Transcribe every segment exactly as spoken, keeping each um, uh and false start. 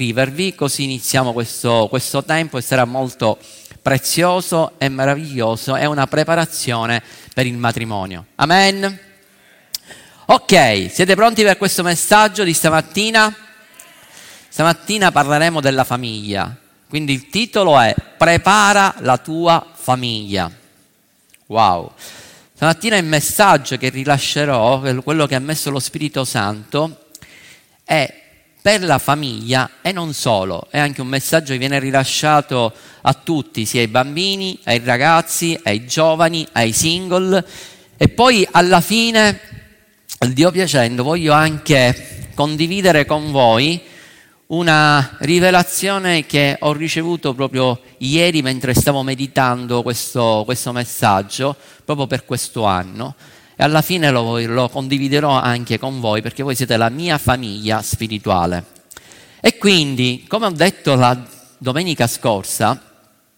iscrivervi, così iniziamo questo, questo tempo e sarà molto prezioso e meraviglioso, è una preparazione per il matrimonio. Amen? Ok, siete pronti per questo messaggio di stamattina? Stamattina parleremo della famiglia, quindi il titolo è Prepara la tua famiglia. Wow! Stamattina il messaggio che rilascerò, quello che ha messo lo Spirito Santo, è per la famiglia e non solo, è anche un messaggio che viene rilasciato a tutti, sia ai bambini, ai ragazzi, ai giovani, ai single, e poi alla fine, Dio piacendo, voglio anche condividere con voi una rivelazione che ho ricevuto proprio ieri mentre stavo meditando questo, questo messaggio, proprio per questo anno, e alla fine lo, lo condividerò anche con voi perché voi siete la mia famiglia spirituale. E quindi, come ho detto la domenica scorsa,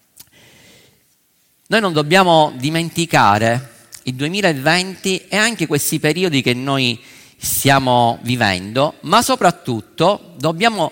noi non dobbiamo dimenticare il duemilaventi e anche questi periodi che noi stiamo vivendo, ma soprattutto dobbiamo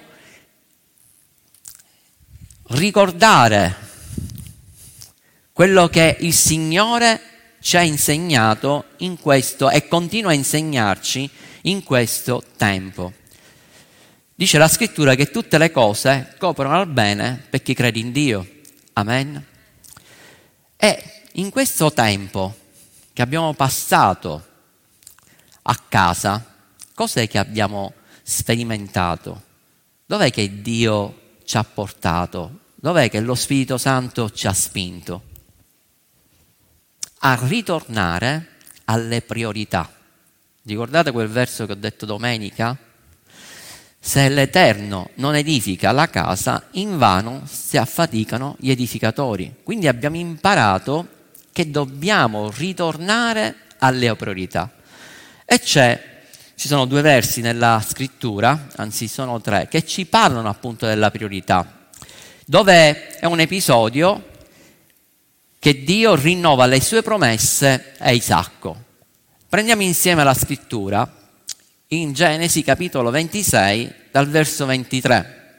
ricordare quello che il Signore ci ha insegnato in questo e continua a insegnarci in questo tempo. Dice la Scrittura che tutte le cose cooperano al bene per chi crede in Dio. Amen. E in questo tempo che abbiamo passato a casa, cos'è che abbiamo sperimentato? Dov'è che Dio ci ha portato? Dov'è che lo Spirito Santo ci ha spinto? A ritornare alle priorità. Ricordate quel verso che ho detto domenica? Se l'Eterno non edifica la casa, invano si affaticano gli edificatori. Quindi abbiamo imparato che dobbiamo ritornare alle priorità. E c'è, ci sono due versi nella Scrittura, anzi sono tre, che ci parlano appunto della priorità, dove è un episodio che Dio rinnova le sue promesse a Isacco. Prendiamo insieme la Scrittura in Genesi capitolo ventisei dal verso ventitré.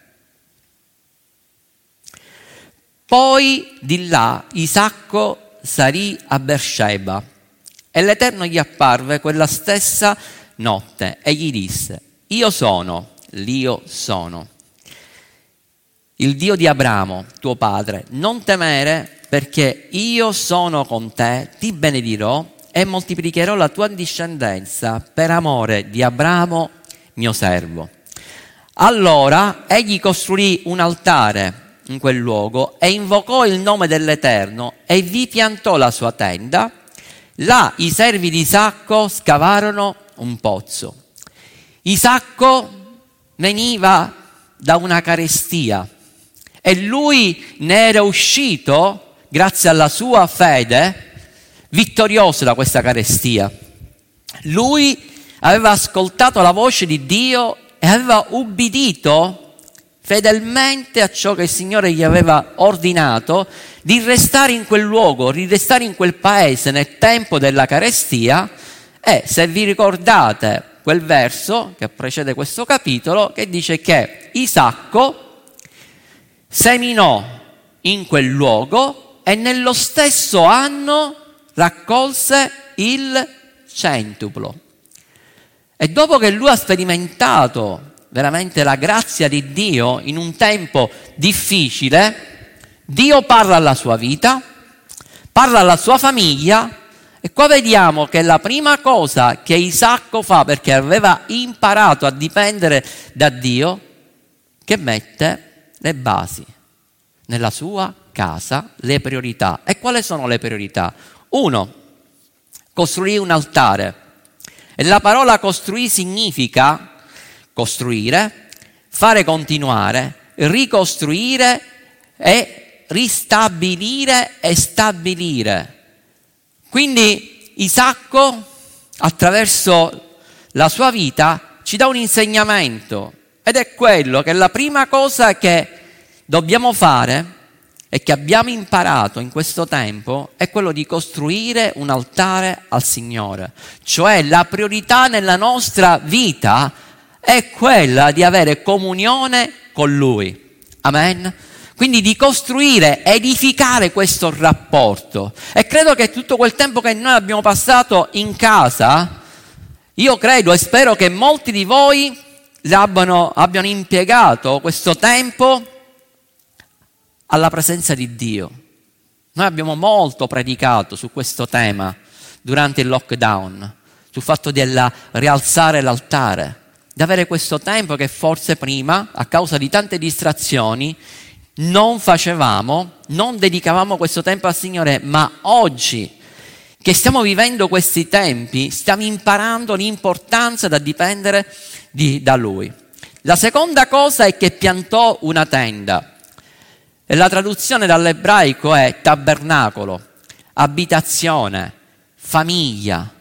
Poi di là Isacco salì a Beersheba e l'Eterno gli apparve quella stessa notte e gli disse: io sono, l'Io sono, il Dio di Abramo, tuo padre, non temere, perché io sono con te, ti benedirò e moltiplicherò la tua discendenza per amore di Abramo, mio servo. Allora egli costruì un altare in quel luogo e invocò il nome dell'Eterno e vi piantò la sua tenda. Là i servi di Isacco scavarono un pozzo. Isacco veniva da una carestia e lui ne era uscito grazie alla sua fede, vittorioso da questa carestia. Lui aveva ascoltato la voce di Dio e aveva ubbidito fedelmente a ciò che il Signore gli aveva ordinato di restare in quel luogo, di restare in quel paese nel tempo della carestia. E se vi ricordate quel verso che precede questo capitolo, che dice che Isacco seminò in quel luogo e nello stesso anno raccolse il centuplo. E dopo che lui ha sperimentato veramente la grazia di Dio in un tempo difficile, Dio parla alla sua vita, parla alla sua famiglia, e qua vediamo che la prima cosa che Isacco fa, perché aveva imparato a dipendere da Dio, che mette le basi nella sua casa, le priorità. E quali sono le priorità? Uno, costruì un altare. E la parola costruì significa costruire, fare continuare, ricostruire e ristabilire e stabilire. Quindi Isacco, attraverso la sua vita, ci dà un insegnamento, ed è quello che la prima cosa che dobbiamo fare e che abbiamo imparato in questo tempo è quello di costruire un altare al Signore. Cioè la priorità nella nostra vita è quella di avere comunione con Lui. Amen? Quindi di costruire, edificare questo rapporto. E credo che tutto quel tempo che noi abbiamo passato in casa, io credo e spero che molti di voi abbiano, abbiano impiegato questo tempo alla presenza di Dio. Noi abbiamo molto predicato su questo tema durante il lockdown, sul fatto di rialzare l'altare, di avere questo tempo che forse prima, a causa di tante distrazioni, non facevamo, non dedicavamo questo tempo al Signore, ma oggi che stiamo vivendo questi tempi, stiamo imparando l'importanza da dipendere di, da Lui. La seconda cosa è che piantò una tenda, e la traduzione dall'ebraico è tabernacolo, abitazione, famiglia.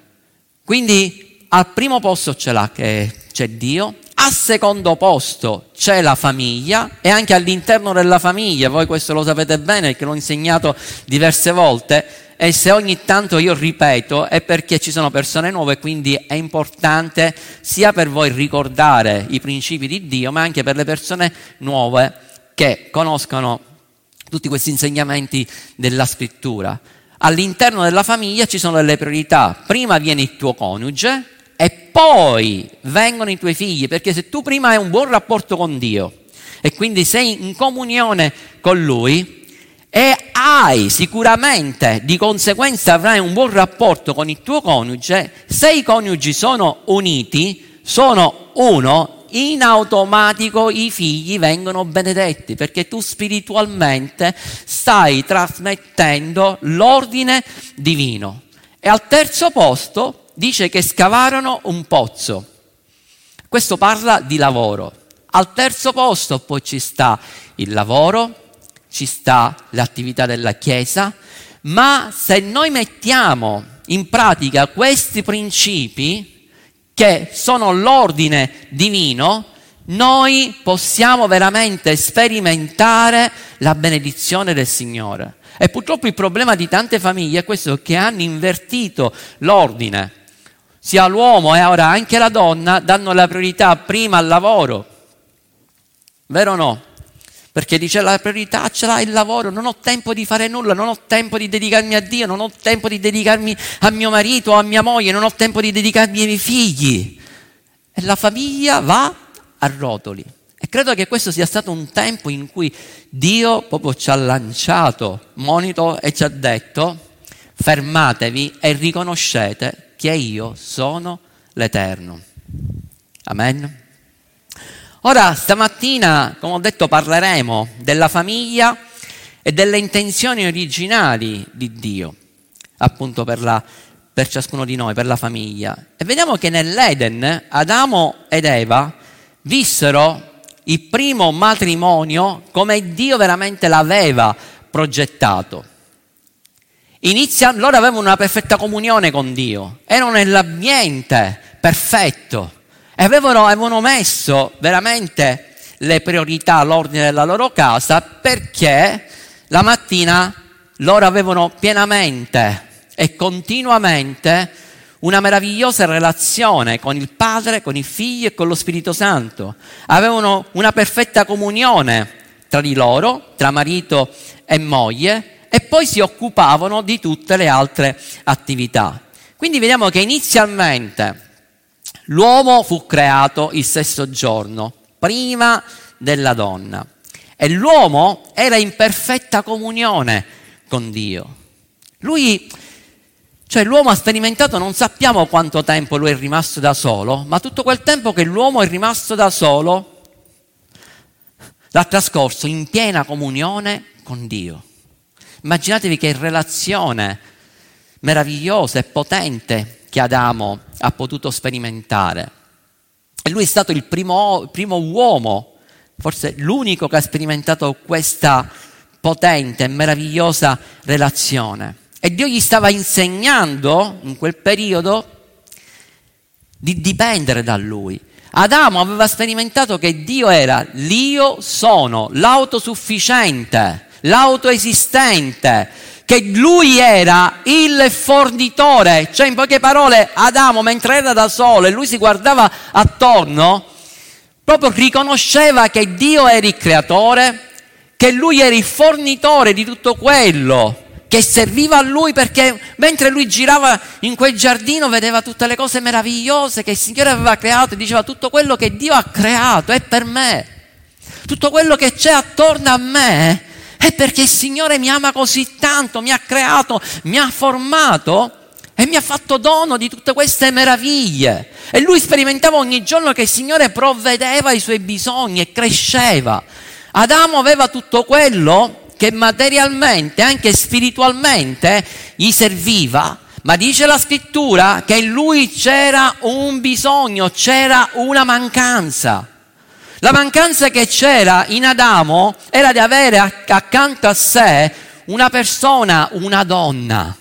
Quindi al primo posto c'è, la, che c'è Dio, al secondo posto c'è la famiglia, e anche all'interno della famiglia, voi questo lo sapete bene che l'ho insegnato diverse volte, e se ogni tanto io ripeto è perché ci sono persone nuove, quindi è importante sia per voi ricordare i principi di Dio, ma anche per le persone nuove che conoscono tutti questi insegnamenti della Scrittura. All'interno della famiglia ci sono delle priorità: prima viene il tuo coniuge e poi vengono i tuoi figli, perché se tu prima hai un buon rapporto con Dio e quindi sei in comunione con Lui, e hai sicuramente, di conseguenza avrai un buon rapporto con il tuo coniuge, se i coniugi sono uniti, sono uno, in automatico i figli vengono benedetti, perché tu spiritualmente stai trasmettendo l'ordine divino. E al terzo posto dice che scavarono un pozzo. Questo parla di lavoro. Al terzo posto poi ci sta il lavoro, ci sta l'attività della Chiesa, ma se noi mettiamo in pratica questi principi, che sono l'ordine divino, noi possiamo veramente sperimentare la benedizione del Signore. E purtroppo il problema di tante famiglie è questo, che hanno invertito l'ordine. Sia l'uomo e ora anche la donna danno la priorità prima al lavoro. Vero o no? Perché dice la priorità ce l'ha il lavoro, non ho tempo di fare nulla, non ho tempo di dedicarmi a Dio, non ho tempo di dedicarmi a mio marito o a mia moglie, non ho tempo di dedicarmi ai miei figli. E la famiglia va a rotoli. E credo che questo sia stato un tempo in cui Dio proprio ci ha lanciato monito e ci ha detto: fermatevi e riconoscete che io sono l'Eterno. Amen. Ora, stamattina, come ho detto, parleremo della famiglia e delle intenzioni originali di Dio, appunto per, la, per ciascuno di noi, per la famiglia. E vediamo che nell'Eden Adamo ed Eva vissero il primo matrimonio come Dio veramente l'aveva progettato. Inizia, loro avevano una perfetta comunione con Dio, erano nell'ambiente perfetto. E avevano, avevano messo veramente le priorità, l'ordine della loro casa, perché la mattina loro avevano pienamente e continuamente una meravigliosa relazione con il Padre, con i figli e con lo Spirito Santo. Avevano una perfetta comunione tra di loro, tra marito e moglie, e poi si occupavano di tutte le altre attività. Quindi vediamo che inizialmente l'uomo fu creato il sesto giorno, prima della donna. E l'uomo era in perfetta comunione con Dio. Lui, cioè l'uomo ha sperimentato, non sappiamo quanto tempo lui è rimasto da solo, ma tutto quel tempo che l'uomo è rimasto da solo l'ha trascorso in piena comunione con Dio. Immaginatevi che relazione meravigliosa e potente che Adamo ha potuto sperimentare. E lui è stato il primo, primo uomo, forse l'unico che ha sperimentato questa potente e meravigliosa relazione. E Dio gli stava insegnando in quel periodo di dipendere da Lui. Adamo aveva sperimentato che Dio era l'io sono, l'autosufficiente, l'autoesistente, che lui era il fornitore. Cioè, in poche parole, Adamo, mentre era da solo e lui si guardava attorno, proprio riconosceva che Dio era il creatore, che lui era il fornitore di tutto quello che serviva a lui, perché mentre lui girava in quel giardino vedeva tutte le cose meravigliose che il Signore aveva creato e diceva: tutto quello che Dio ha creato è per me, tutto quello che c'è attorno a me è perché il Signore mi ama così tanto, mi ha creato, mi ha formato e mi ha fatto dono di tutte queste meraviglie. E lui sperimentava ogni giorno che il Signore provvedeva ai suoi bisogni e cresceva. Adamo aveva tutto quello che materialmente, anche spiritualmente, gli serviva, ma dice la scrittura che in lui c'era un bisogno, c'era una mancanza. La mancanza che c'era in Adamo era di avere accanto a sé una persona, una donna,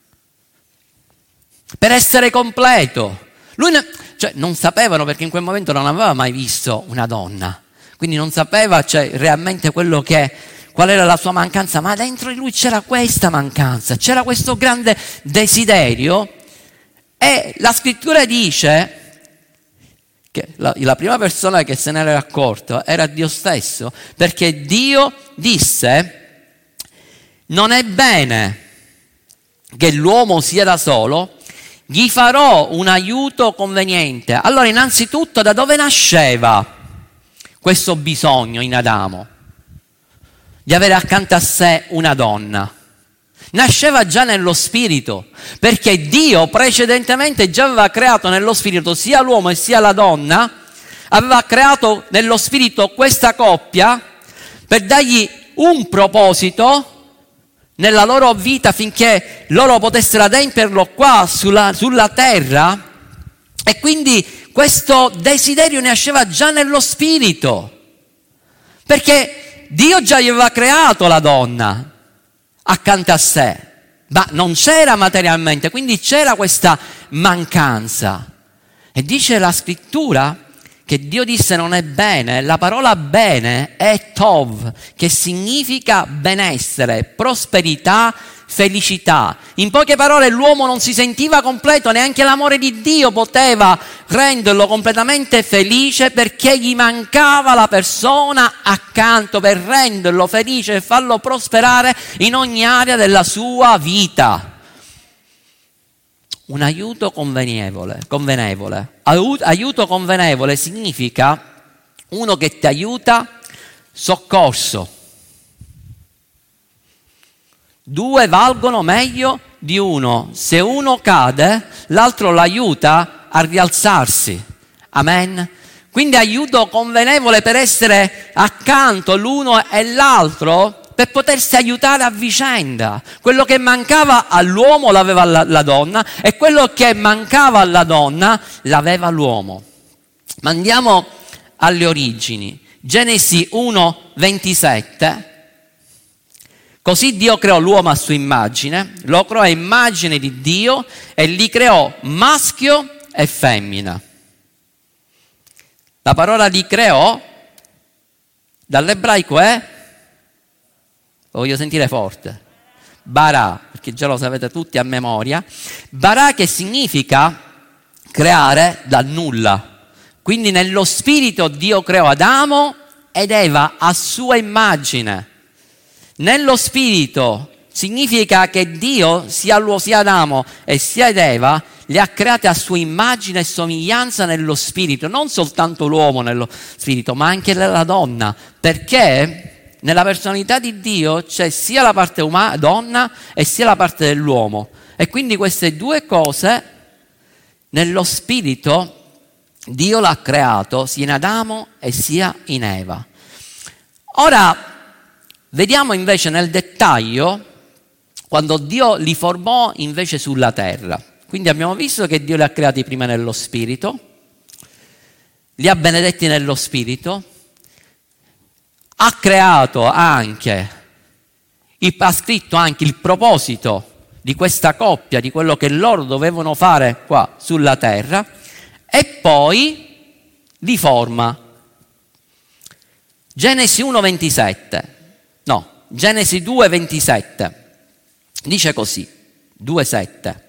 per essere completo. Lui ne, cioè, non sapevano, perché in quel momento non aveva mai visto una donna, quindi non sapeva, cioè, realmente quello che, qual era la sua mancanza, ma dentro di lui c'era questa mancanza, c'era questo grande desiderio, e la scrittura dice che la, la prima persona che se ne era accorto era Dio stesso, perché Dio disse: non è bene che l'uomo sia da solo, gli farò un aiuto conveniente. Allora, innanzitutto, da dove nasceva questo bisogno in Adamo di avere accanto a sé una donna? Nasceva già nello spirito, perché Dio precedentemente già aveva creato nello spirito sia l'uomo e sia la donna, aveva creato nello spirito questa coppia per dargli un proposito nella loro vita, affinché loro potessero adempierlo qua sulla, sulla terra. E quindi questo desiderio nasceva già nello spirito, perché Dio già gli aveva creato la donna accanto a sé, ma non c'era materialmente, quindi c'era questa mancanza. E dice la scrittura che Dio disse: non è bene. La parola bene è tov, che significa benessere, prosperità, felicità. In poche parole, l'uomo non si sentiva completo, neanche l'amore di Dio poteva renderlo completamente felice, perché gli mancava la persona accanto per renderlo felice e farlo prosperare in ogni area della sua vita. Un aiuto convenevole, convenevole. Aiuto convenevole significa uno che ti aiuta, soccorso. Due valgono meglio di uno. Se uno cade, l'altro l'aiuta a rialzarsi. Amen. Quindi aiuto convenevole per essere accanto l'uno e l'altro, per potersi aiutare a vicenda. Quello che mancava all'uomo l'aveva la, la donna, e quello che mancava alla donna l'aveva l'uomo. Ma andiamo alle origini. Genesi uno ventisette. Così Dio creò l'uomo a sua immagine, lo creò a immagine di Dio e li creò maschio e femmina. La parola di creò dall'ebraico è, lo voglio sentire forte, bara, perché già lo sapete tutti a memoria. Bara, che significa creare dal nulla. Quindi nello spirito Dio creò Adamo ed Eva a sua immagine. Nello spirito significa che Dio, sia, sia Adamo e sia Eva, li ha creati a sua immagine e somiglianza nello spirito. Non soltanto l'uomo nello spirito, ma anche la donna, perché nella personalità di Dio c'è sia la parte umana, donna, e sia la parte dell'uomo. E quindi queste due cose nello spirito Dio l'ha creato sia in Adamo e sia in Eva. Ora vediamo invece nel dettaglio quando Dio li formò invece sulla terra. Quindi abbiamo visto che Dio li ha creati prima nello spirito, li ha benedetti nello spirito, ha creato anche, ha scritto anche il proposito di questa coppia, di quello che loro dovevano fare qua sulla terra, e poi li forma. Genesi uno ventisette, no, Genesi due ventisette, dice così, due sette.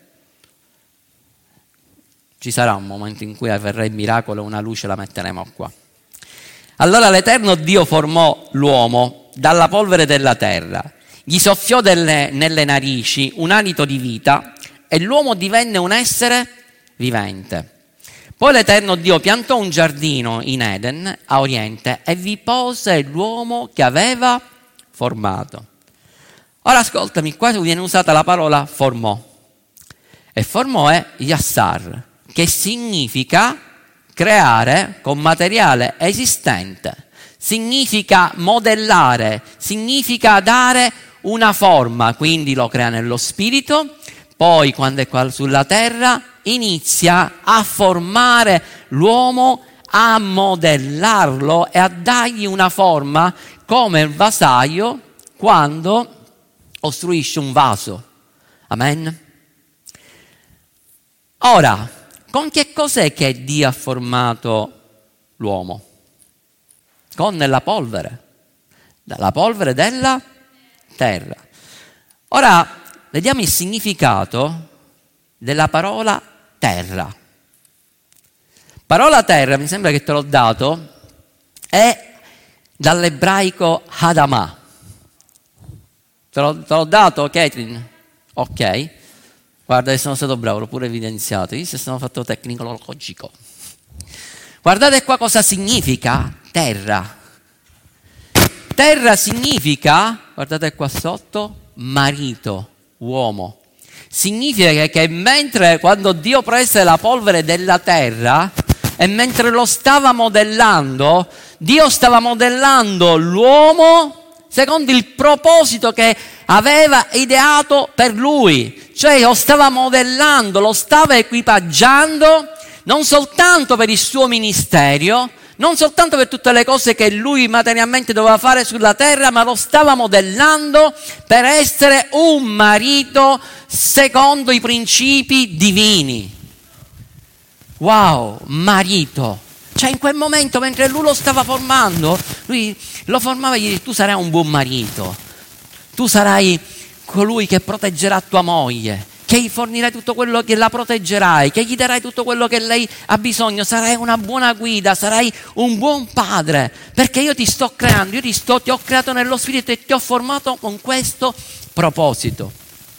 Ci sarà un momento in cui avverrà il miracolo e una luce la metteremo qua. Allora l'Eterno Dio formò l'uomo dalla polvere della terra, gli soffiò delle, nelle narici un alito di vita e l'uomo divenne un essere vivente. Poi l'Eterno Dio piantò un giardino in Eden, a oriente, e vi pose l'uomo che aveva formato. Ora ascoltami, qua viene usata la parola formò. E formò è yassar, che significa creare con materiale esistente, significa modellare, significa dare una forma, quindi lo crea nello spirito, poi quando è qua sulla terra inizia a formare l'uomo, a modellarlo e a dargli una forma come il vasaio quando costruisce un vaso. Amen? Ora, con che cos'è che Dio ha formato l'uomo? Con la polvere, dalla polvere della terra. Ora, vediamo il significato della parola terra. Parola terra, mi sembra che te l'ho dato, è dall'ebraico Adamah. Te l'ho, te l'ho dato, Catherine? Ok. Guarda che sono stato bravo, l'ho pure evidenziato. Io sono fatto tecnologico. Guardate qua cosa significa terra. Terra significa, guardate qua sotto, marito, uomo. Significa che mentre quando Dio prese la polvere della terra e mentre lo stava modellando, Dio stava modellando l'uomo secondo il proposito che aveva ideato per lui, cioè lo stava modellando, lo stava equipaggiando non soltanto per il suo ministero, non soltanto per tutte le cose che lui materialmente doveva fare sulla terra, ma lo stava modellando per essere un marito secondo i principi divini. Wow, marito! Cioè in quel momento, mentre lui lo stava formando, lui lo formava e gli diceva: tu sarai un buon marito, tu sarai colui che proteggerà tua moglie, che gli fornirai tutto quello che la proteggerai, che gli darai tutto quello che lei ha bisogno, sarai una buona guida, sarai un buon padre, perché io ti sto creando, io ti, sto, ti ho creato nello spirito e ti ho formato con questo proposito.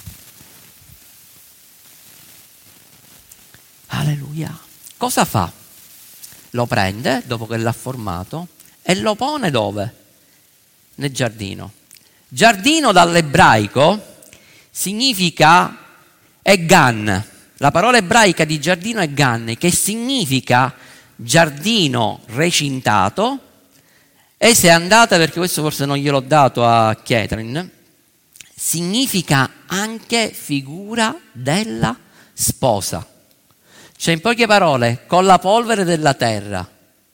Alleluia. Cosa fa? Lo prende, dopo che l'ha formato, e lo pone dove? Nel giardino. Giardino dall'ebraico significa Egan. La parola ebraica di giardino è Gan, che significa giardino recintato. E se è andata, perché questo forse non gliel'ho dato a Catherine, significa anche figura della sposa. Cioè, in poche parole, con la polvere della terra.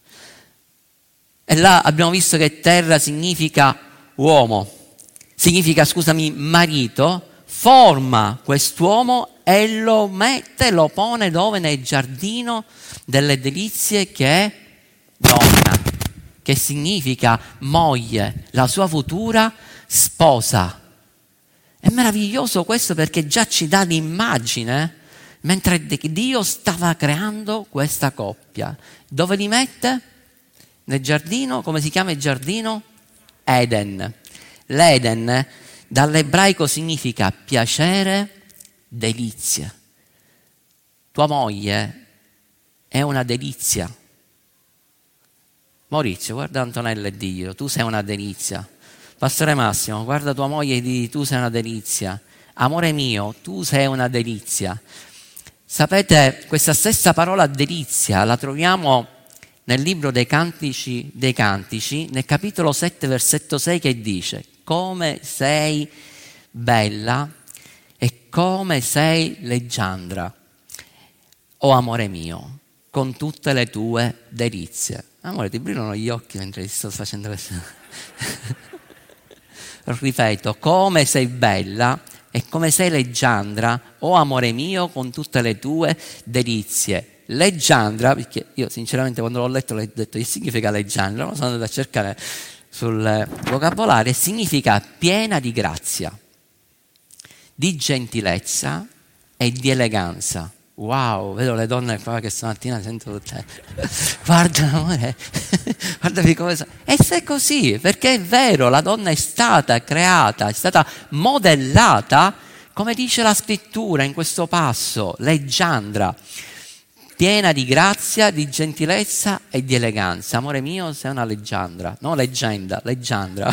E là abbiamo visto che terra significa uomo, significa, scusami, marito. Forma quest'uomo e lo mette, lo pone dove? Nel giardino delle delizie, che è donna, che significa moglie, la sua futura sposa. È meraviglioso questo, perché già ci dà l'immagine, mentre Dio stava creando questa coppia. Dove li mette? Nel giardino. Come si chiama il giardino? Eden. L'Eden dall'ebraico significa piacere, delizia. Tua moglie è una delizia. Maurizio, guarda Antonella e diglielo: tu sei una delizia. Pastore Massimo, guarda tua moglie e digli: tu sei una delizia. Amore mio, tu sei una delizia. Sapete, questa stessa parola delizia la troviamo nel libro dei Cantici, dei Cantici, nel capitolo sette, versetto sei, che dice: come sei bella e come sei leggiandra, o amore mio, con tutte le tue delizie. Amore, ti brillano gli occhi mentre ti sto facendo questo. Ripeto, come sei bella e come sei leggiandra, o amore mio, con tutte le tue delizie. Leggiandra, perché io sinceramente quando l'ho letto ho detto: che significa leggiandra? Ma sono andato a cercare sul vocabolario. Significa piena di grazia, di gentilezza e di eleganza. Wow, vedo le donne qua che stamattina sento tutte. Guarda, amore, guardavi come sono. E se è così, perché è vero, la donna è stata creata, è stata modellata, come dice la scrittura in questo passo, leggiandra, piena di grazia, di gentilezza e di eleganza. Amore mio, sei una leggiandra, no leggenda, leggiandra.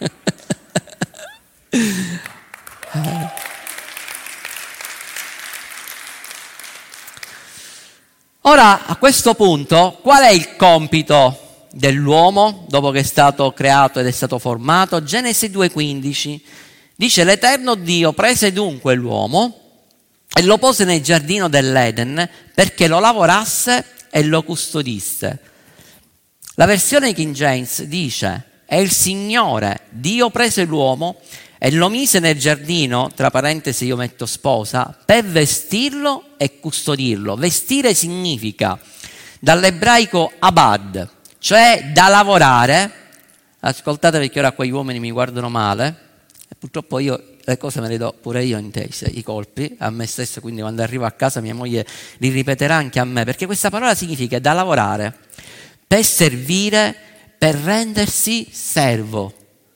Ora, a questo punto, qual è il compito dell'uomo dopo che è stato creato ed è stato formato? Genesi due quindici dice: l'Eterno Dio prese dunque l'uomo e lo pose nel giardino dell'Eden perché lo lavorasse e lo custodisse. La versione King James dice: e il Signore Dio prese l'uomo e lo mise nel giardino, tra parentesi io metto sposa, per vestirlo e custodirlo. Vestire significa, dall'ebraico abad, cioè da lavorare. Ascoltate, perché ora quegli uomini mi guardano male, e purtroppo io le cose me le do pure io intese, i colpi, a me stesso, quindi quando arrivo a casa mia moglie li ripeterà anche a me, perché questa parola significa da lavorare, per servire, per rendersi servo.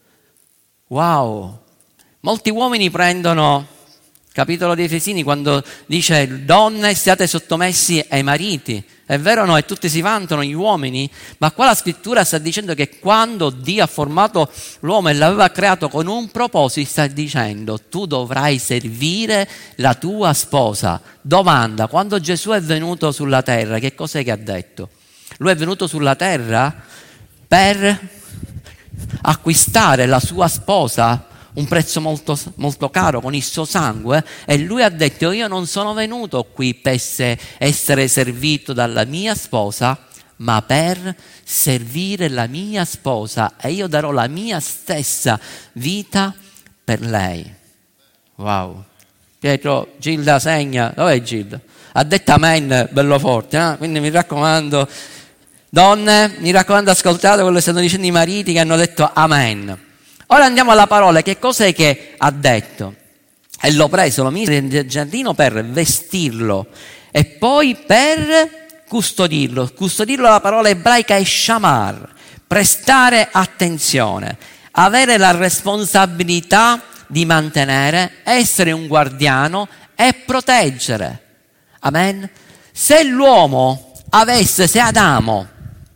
Wow! Molti uomini prendono, capitolo di Efesini, quando dice donne siate sottomessi ai mariti. È vero o no? E tutti si vantano gli uomini, ma qua la scrittura sta dicendo che quando Dio ha formato l'uomo e l'aveva creato con un proposito, sta dicendo tu dovrai servire la tua sposa. Domanda, quando Gesù è venuto sulla terra, che cos'è che ha detto? Lui è venuto sulla terra per acquistare la sua sposa, un prezzo molto, molto caro, con il suo sangue, e lui ha detto io non sono venuto qui per essere servito dalla mia sposa, ma per servire la mia sposa, e io darò la mia stessa vita per lei. Wow. Pietro, Gilda segna, dov'è Gilda? Ha detto amen, bello forte, eh? Quindi mi raccomando, donne, mi raccomando, ascoltate quello che stanno dicendo i mariti che hanno detto amen. Ora andiamo alla parola, che cosa è che ha detto? E l'ho preso, lo mise nel giardino per vestirlo e poi per custodirlo. Custodirlo, la parola ebraica è shamar, prestare attenzione, avere la responsabilità di mantenere, essere un guardiano e proteggere. Amen? Se l'uomo avesse, se Adamo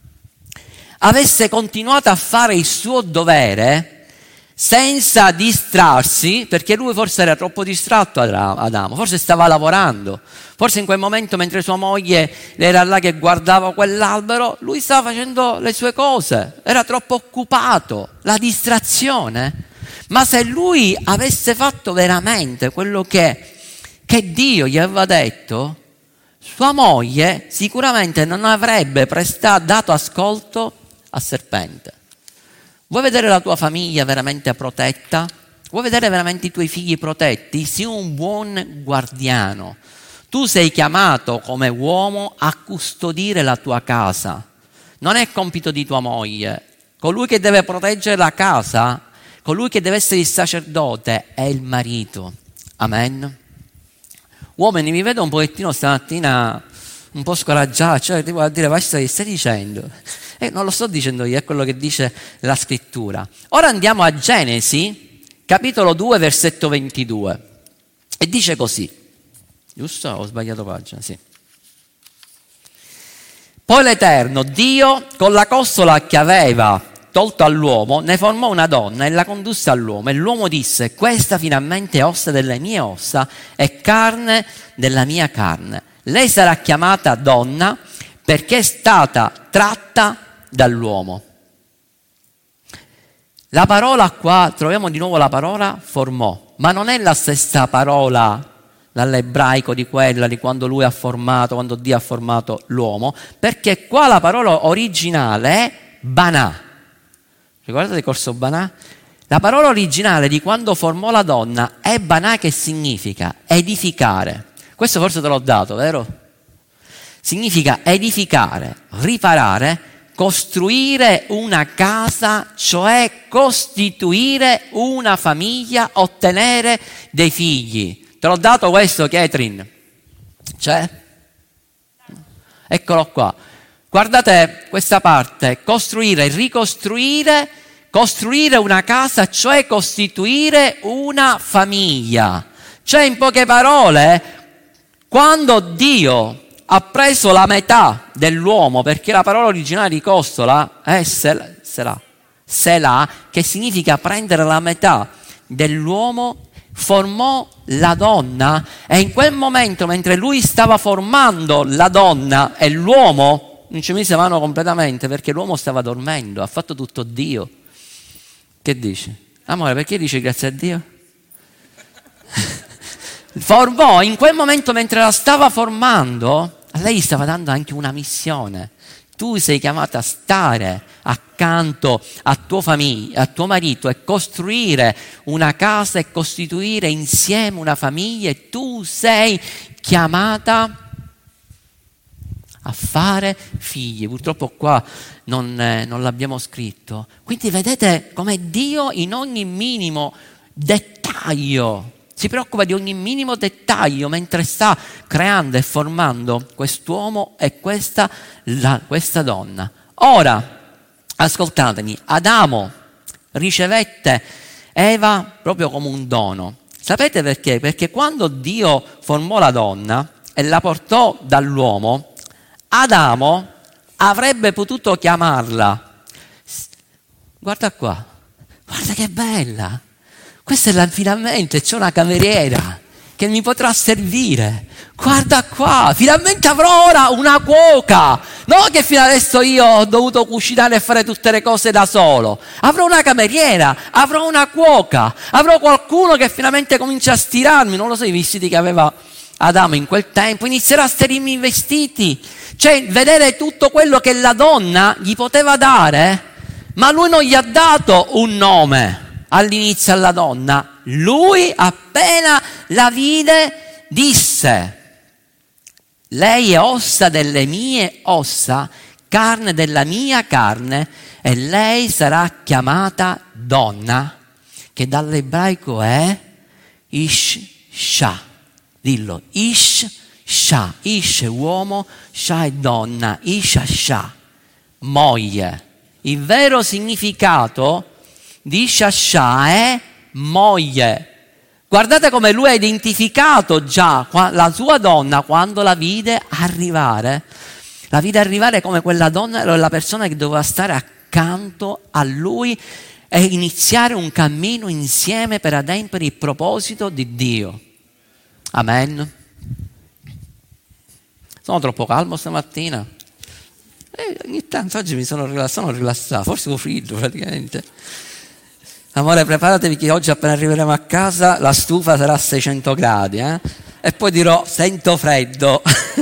avesse continuato a fare il suo dovere senza distrarsi, perché lui forse era troppo distratto Adamo, forse stava lavorando, forse in quel momento mentre sua moglie era là che guardava quell'albero, lui stava facendo le sue cose, era troppo occupato, la distrazione. Ma se lui avesse fatto veramente quello che, che Dio gli aveva detto, sua moglie sicuramente non avrebbe prestato, dato ascolto al serpente. Vuoi vedere la tua famiglia veramente protetta? Vuoi vedere veramente i tuoi figli protetti? Sii un buon guardiano. Tu sei chiamato come uomo a custodire la tua casa. Non è compito di tua moglie. Colui che deve proteggere la casa, colui che deve essere il sacerdote, è il marito. Amen. Uomini, mi vedo un pochettino stamattina un po' scoraggiato, cioè ti vuoi dire, ma stai dicendo? E non lo sto dicendo io, è quello che dice la scrittura. Ora andiamo a Genesi, capitolo due, versetto ventidue. E dice così. Giusto? Ho sbagliato pagina, sì. Poi l'Eterno, Dio, con la costola che aveva tolto all'uomo, ne formò una donna e la condusse all'uomo. E l'uomo disse, questa finalmente è ossa delle mie ossa e carne della mia carne. Lei sarà chiamata donna perché è stata tratta dall'uomo. La parola qua, troviamo di nuovo la parola formò, ma non è la stessa parola dall'ebraico di quella di quando lui ha formato, quando Dio ha formato l'uomo, perché qua la parola originale è banà. Ricordate il corso banà? La parola originale di quando formò la donna è banà, che significa edificare. Questo forse te l'ho dato, vero? Significa edificare, riparare, costruire una casa, cioè costituire una famiglia, ottenere dei figli. Te l'ho dato questo, Catherine. C'è? Eccolo qua. Guardate questa parte, costruire, ricostruire, costruire una casa, cioè costituire una famiglia. Cioè, in poche parole, quando Dio ha preso la metà dell'uomo, perché la parola originale di costola è Selah, Selah, che significa prendere la metà dell'uomo, formò la donna, e in quel momento, mentre lui stava formando la donna e l'uomo, non ci mise mano completamente, perché l'uomo stava dormendo, ha fatto tutto Dio. Che dici? Amore, perché dici grazie a Dio? Formò in quel momento, mentre la stava formando, a lei stava dando anche una missione. Tu sei chiamata a stare accanto a tuo famiglia, a tuo marito, e costruire una casa e costituire insieme una famiglia, e tu sei chiamata a fare figli. Purtroppo qua non, eh, non l'abbiamo scritto. Quindi vedete come Dio in ogni minimo dettaglio si preoccupa di ogni minimo dettaglio mentre sta creando e formando quest'uomo e questa, la, questa donna. Ora, ascoltatemi, Adamo ricevette Eva proprio come un dono. Sapete perché? Perché quando Dio formò la donna e la portò dall'uomo, Adamo avrebbe potuto chiamarla. Guarda qua, guarda che bella. Questa è la, finalmente c'è una cameriera che mi potrà servire. Guarda qua, finalmente avrò ora una cuoca. Non che fino adesso io ho dovuto cucinare e fare tutte le cose da solo. Avrò una cameriera, avrò una cuoca, avrò qualcuno che finalmente comincia a stirarmi, non lo so, i vestiti che aveva Adamo in quel tempo, inizierà a sterirmi i vestiti. Cioè, vedere tutto quello che la donna gli poteva dare, ma lui non gli ha dato un nome all'inizio alla donna. Lui, appena la vide, disse: lei è ossa delle mie ossa, carne della mia carne, e lei sarà chiamata donna, che dall'ebraico è Ish-Sha. Dillo, Ish-Sha. Ish è uomo, Sha è donna, Isha-Sha, moglie. Il vero significato di Isha-Sha è moglie. Guardate come lui ha identificato già la sua donna quando la vide arrivare. La vide arrivare come quella donna era la persona che doveva stare accanto a lui e iniziare un cammino insieme per adempiere il proposito di Dio. Amen. Sono troppo calmo stamattina. E ogni tanto oggi mi sono rilassato, sono rilassato, forse ho freddo praticamente. Amore, preparatevi che oggi appena arriveremo a casa la stufa sarà a seicento gradi, eh? E poi dirò, sento freddo.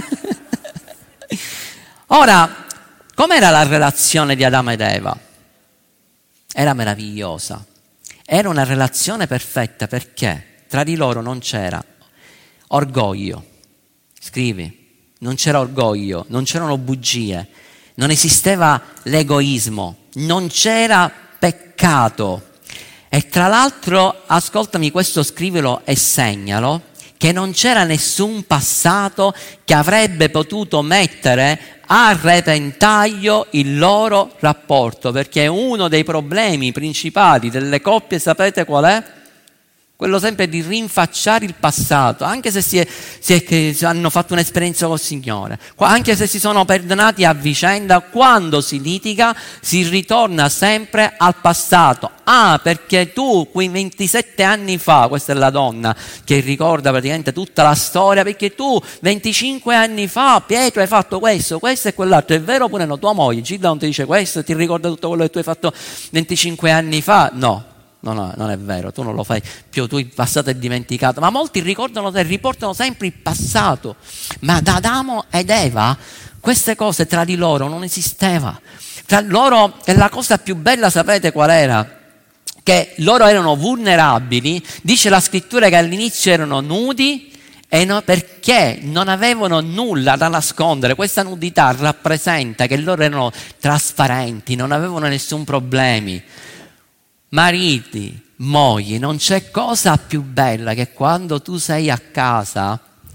Ora, com'era la relazione di Adamo ed Eva? Era meravigliosa. Era una relazione perfetta perché tra di loro non c'era orgoglio. Scrivi, non c'era orgoglio, non c'erano bugie, non esisteva l'egoismo, non c'era peccato. E tra l'altro, ascoltami questo, scrivilo e segnalo, che non c'era nessun passato che avrebbe potuto mettere a repentaglio il loro rapporto, perché uno dei problemi principali delle coppie, sapete qual è? Quello sempre di rinfacciare il passato, anche se si è, si è, che hanno fatto un'esperienza col Signore, anche se si sono perdonati a vicenda, quando si litiga si ritorna sempre al passato. Ah, perché tu quei ventisette anni fa, questa è la donna che ricorda praticamente tutta la storia, perché tu venticinque anni fa, Pietro, hai fatto questo, questo e quell'altro. È vero pure no, tua moglie Gilda non ti dice questo, ti ricorda tutto quello che tu hai fatto venticinque anni fa? No. No, no, non è vero, tu non lo fai più, tu il passato è dimenticato, ma molti ricordano e riportano sempre il passato. Ma da Adamo ed Eva queste cose tra di loro non esisteva. Tra loro, e la cosa più bella sapete qual era? Che loro erano vulnerabili, dice la scrittura che all'inizio erano nudi, e no, perché non avevano nulla da nascondere. Questa nudità rappresenta che loro erano trasparenti, non avevano nessun problema. Mariti, mogli, non c'è cosa più bella che quando tu sei a casa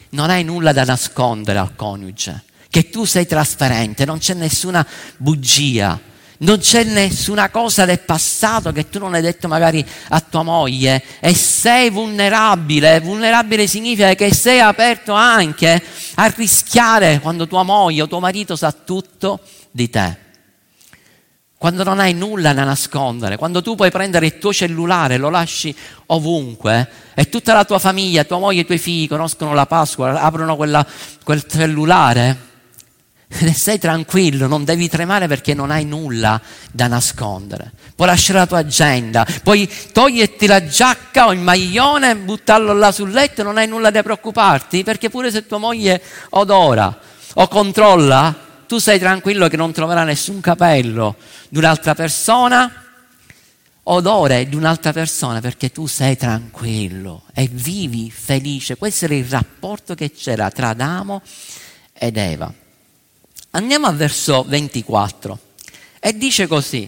non hai nulla da nascondere al coniuge, che tu sei trasparente, non c'è nessuna bugia, non c'è nessuna cosa del passato che tu non hai detto magari a tua moglie, e sei vulnerabile. Vulnerabile significa che sei aperto anche a rischiare quando tua moglie o tuo marito sa tutto di te. Quando non hai nulla da nascondere, quando tu puoi prendere il tuo cellulare, lo lasci ovunque e tutta la tua famiglia, tua moglie e i tuoi figli conoscono la Pasqua, aprono quella, quel cellulare e sei tranquillo, non devi tremare perché non hai nulla da nascondere. Puoi lasciare la tua agenda, puoi toglierti la giacca o il maglione, buttarlo là sul letto, non hai nulla da preoccuparti, perché pure se tua moglie odora o controlla, tu sei tranquillo che non troverà nessun capello di un'altra persona, odore di un'altra persona, perché tu sei tranquillo e vivi felice. Questo era il rapporto che c'era tra Adamo ed Eva. Andiamo al verso ventiquattro e dice così.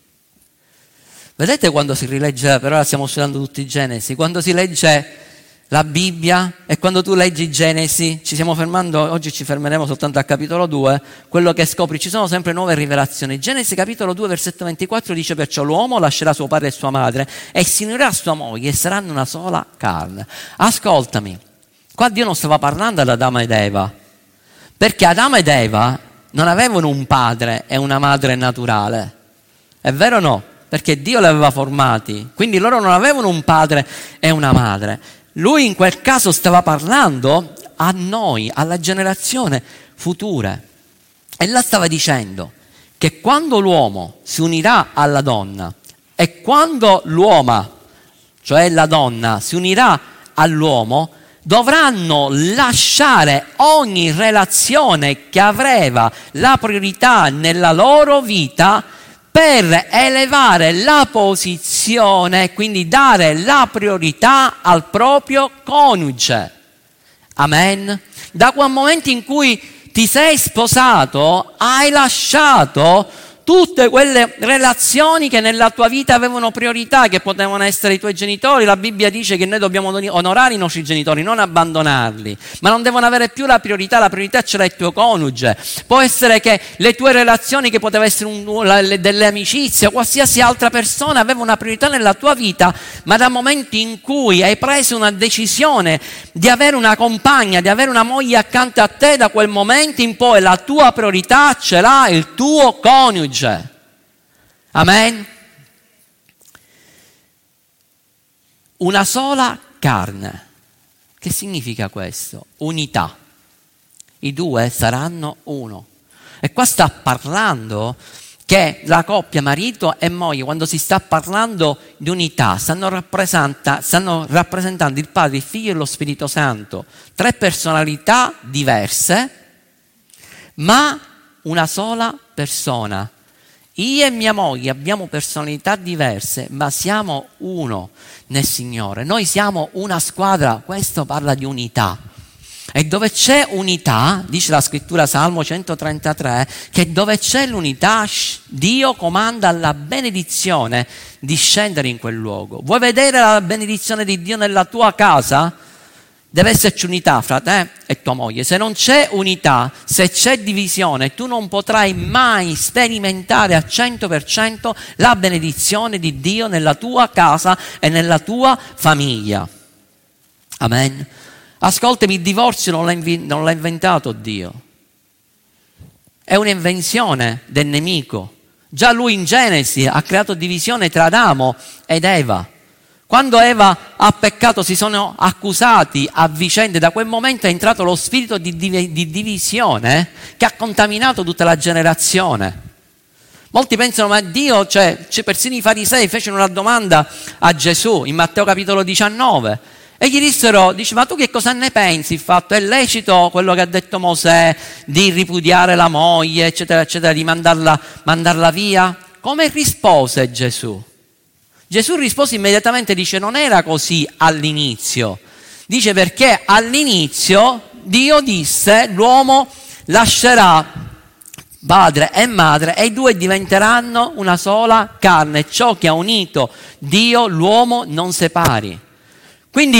Vedete quando si rilegge, per ora stiamo studiando tutti Genesi, quando si legge la Bibbia e quando tu leggi Genesi, ci stiamo fermando, oggi ci fermeremo soltanto al capitolo due, quello che scopri, ci sono sempre nuove rivelazioni. Genesi capitolo due versetto ventiquattro dice: perciò l'uomo lascerà suo padre e sua madre e si unirà a sua moglie e saranno una sola carne. Ascoltami, qua Dio non stava parlando ad Adamo ed Eva, perché Adamo ed Eva non avevano un padre e una madre naturale, è vero o no? Perché Dio li aveva formati, quindi loro non avevano un padre e una madre. Lui in quel caso stava parlando a noi, alla generazione futura, e là stava dicendo che quando l'uomo si unirà alla donna e quando l'uomo, cioè la donna, si unirà all'uomo, dovranno lasciare ogni relazione che aveva la priorità nella loro vita per elevare la posizione, quindi dare la priorità al proprio coniuge. Amen. Da quel momento in cui ti sei sposato, hai lasciato tutte quelle relazioni che nella tua vita avevano priorità, che potevano essere i tuoi genitori. La Bibbia dice che noi dobbiamo onorare i nostri genitori, non abbandonarli, ma non devono avere più la priorità, la priorità ce l'ha il tuo coniuge. Può essere che le tue relazioni, che poteva essere un, la, le, delle amicizie o qualsiasi altra persona, aveva una priorità nella tua vita, ma dal momento in cui hai preso una decisione di avere una compagna, di avere una moglie accanto a te, da quel momento in poi la tua priorità ce l'ha il tuo coniuge. Amen. Una sola carne. Che significa questo? Unità. I due saranno uno. E qua sta parlando che la coppia marito e moglie, quando si sta parlando di unità, stanno, rappresenta, stanno rappresentando il Padre, il Figlio e lo Spirito Santo. Tre personalità diverse, ma una sola persona. Io e mia moglie abbiamo personalità diverse, ma siamo uno nel Signore. Noi siamo una squadra, questo parla di unità. E dove c'è unità, dice la scrittura Salmo centotrentatré, che dove c'è l'unità, Dio comanda la benedizione di scendere in quel luogo. Vuoi vedere la benedizione di Dio nella tua casa? Deve esserci unità fra te e tua moglie. Se non c'è unità, se c'è divisione, tu non potrai mai sperimentare al cento per cento la benedizione di Dio nella tua casa e nella tua famiglia. Amen. Ascoltami, il divorzio non l'ha, invi- non l'ha inventato Dio. È un'invenzione del nemico. Già lui in Genesi ha creato divisione tra Adamo ed Eva. Quando Eva ha peccato si sono accusati a vicenda, da quel momento è entrato lo spirito di, div- di divisione che ha contaminato tutta la generazione. Molti pensano, ma Dio, cioè, cioè persino i farisei fecero una domanda a Gesù in Matteo capitolo diciannove e gli dissero, dice, ma tu che cosa ne pensi? Il fatto è lecito quello che ha detto Mosè di ripudiare la moglie, eccetera, eccetera, di mandarla, mandarla via? Come rispose Gesù? Gesù rispose immediatamente, dice, non era così all'inizio. Dice, perché all'inizio Dio disse, l'uomo lascerà padre e madre e i due diventeranno una sola carne. Ciò che ha unito Dio, l'uomo non separi. Quindi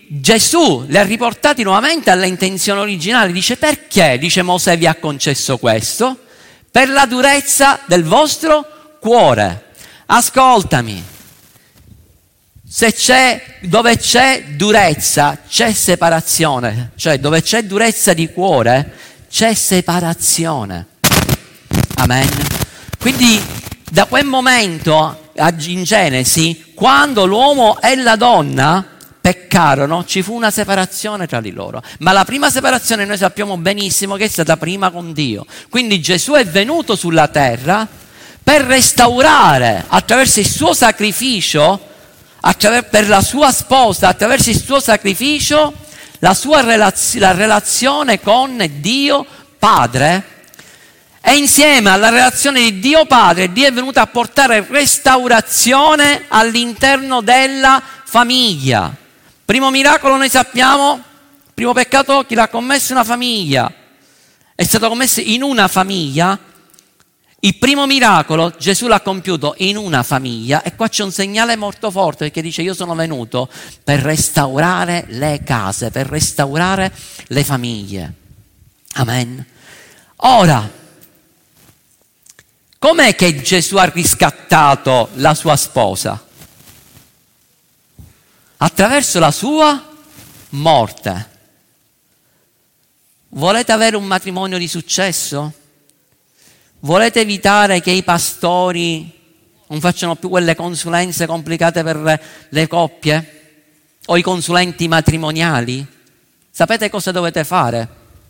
Gesù li ha riportati nuovamente alle intenzioni originali. Dice: perché? Dice: Mosè vi ha concesso questo per la durezza del vostro cuore. Ascoltami, se c'è, dove c'è durezza c'è separazione, cioè dove c'è durezza di cuore c'è separazione. Amen. Quindi da quel momento in Genesi, quando l'uomo e la donna peccarono, ci fu una separazione tra di loro. Ma la prima separazione noi sappiamo benissimo che è stata prima con Dio. Quindi Gesù è venuto sulla terra per restaurare, attraverso il suo sacrificio, attraver- per la sua sposa, attraverso il suo sacrificio, la sua relaz- la relazione con Dio Padre. E insieme alla relazione di Dio Padre, Dio è venuto a portare restaurazione all'interno della famiglia. Primo miracolo noi sappiamo, primo peccato chi l'ha commesso? Una famiglia. È stato commesso in una famiglia. Il primo miracolo Gesù l'ha compiuto in una famiglia, e qua c'è un segnale molto forte, perché dice: io sono venuto per restaurare le case, per restaurare le famiglie. Amen. Ora, com'è che Gesù ha riscattato la sua sposa? Attraverso la sua morte. Volete avere un matrimonio di successo? Volete evitare che i pastori non facciano più quelle consulenze complicate per le coppie? O i consulenti matrimoniali? Sapete cosa dovete fare?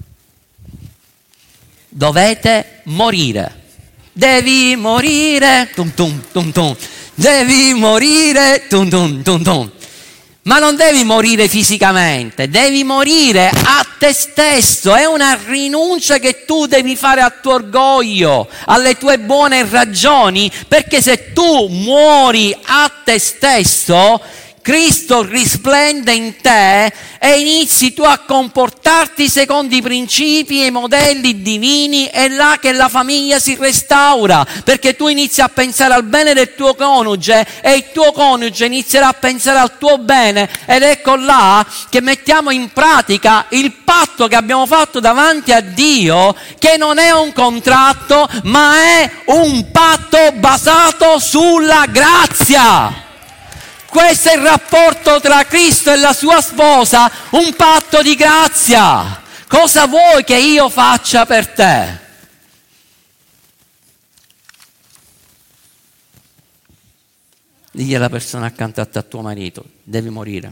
Dovete morire. Devi morire, tum tum tum tum. Devi morire, tum tum tum tum. Ma non devi morire fisicamente, devi morire a te stesso. È una rinuncia che tu devi fare al tuo orgoglio, alle tue buone ragioni, perché se tu muori a te stesso, Cristo risplende in te e inizi tu a comportarti secondo i principi e i modelli divini. È là che la famiglia si restaura, perché tu inizi a pensare al bene del tuo coniuge e il tuo coniuge inizierà a pensare al tuo bene, ed ecco là che mettiamo in pratica il patto che abbiamo fatto davanti a Dio, che non è un contratto ma è un patto basato sulla grazia. Questo è il rapporto tra Cristo e la sua sposa, un patto di grazia. Cosa vuoi che io faccia per te? Digli alla persona accanto a te, a tuo marito: devi morire.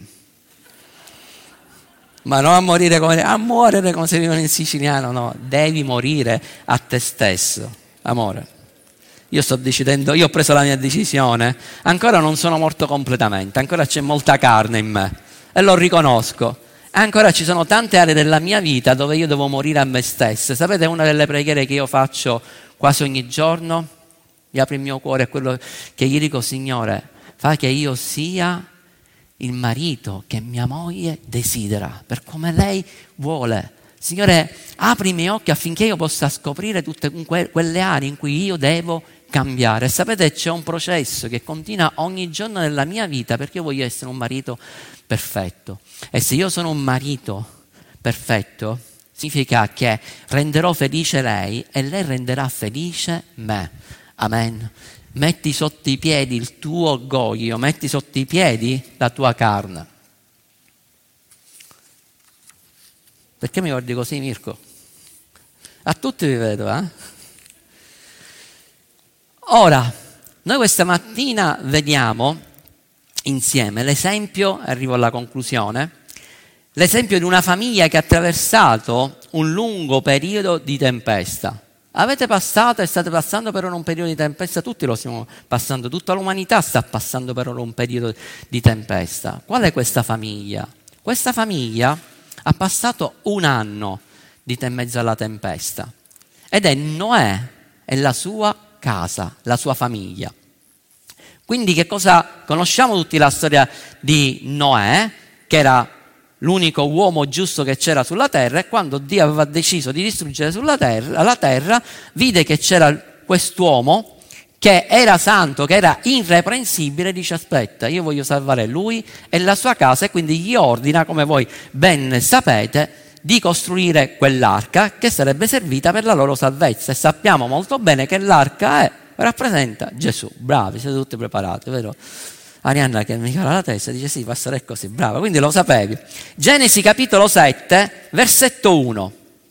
Ma non a morire come, a muovere come si dicono in siciliano, no, devi morire a te stesso, amore. Io sto decidendo, io ho preso la mia decisione, ancora non sono morto completamente, ancora c'è molta carne in me e lo riconosco. E ancora ci sono tante aree della mia vita dove io devo morire a me stesso. Sapete, una delle preghiere che io faccio quasi ogni giorno, mi apro il mio cuore, è quello che gli dico: Signore, fa che io sia il marito che mia moglie desidera, per come lei vuole. Signore, apri i miei occhi affinché io possa scoprire tutte que- quelle aree in cui io devo cambiare. Sapete, c'è un processo che continua ogni giorno nella mia vita, perché io voglio essere un marito perfetto. E se io sono un marito perfetto, significa che renderò felice lei e lei renderà felice me. Amen. Metti sotto i piedi il tuo orgoglio, metti sotto i piedi la tua carne. Perché mi guardi così, Mirko? A tutti vi vedo, eh? Ora, noi questa mattina vediamo insieme l'esempio, arrivo alla conclusione, l'esempio di una famiglia che ha attraversato un lungo periodo di tempesta. Avete passato e state passando per ora un periodo di tempesta, tutti lo stiamo passando, tutta l'umanità sta passando per ora un periodo di tempesta. Qual è questa famiglia? Questa famiglia ha passato un anno di in mezzo alla tempesta, ed è Noè e la sua casa, la sua famiglia. Quindi che cosa conosciamo tutti la storia di Noè, che era l'unico uomo giusto che c'era sulla terra, e quando Dio aveva deciso di distruggere sulla terra, la terra, vide che c'era quest'uomo che era santo, che era irreprensibile, dice aspetta, io voglio salvare lui e la sua casa, e quindi gli ordina, come voi ben sapete, di costruire quell'arca che sarebbe servita per la loro salvezza. E sappiamo molto bene che l'arca è, rappresenta Gesù. Bravi, siete tutti preparati, vero? Arianna che mi cala la testa dice sì, pastore, è così, brava, quindi lo sapevi. Genesi capitolo sette, versetto uno.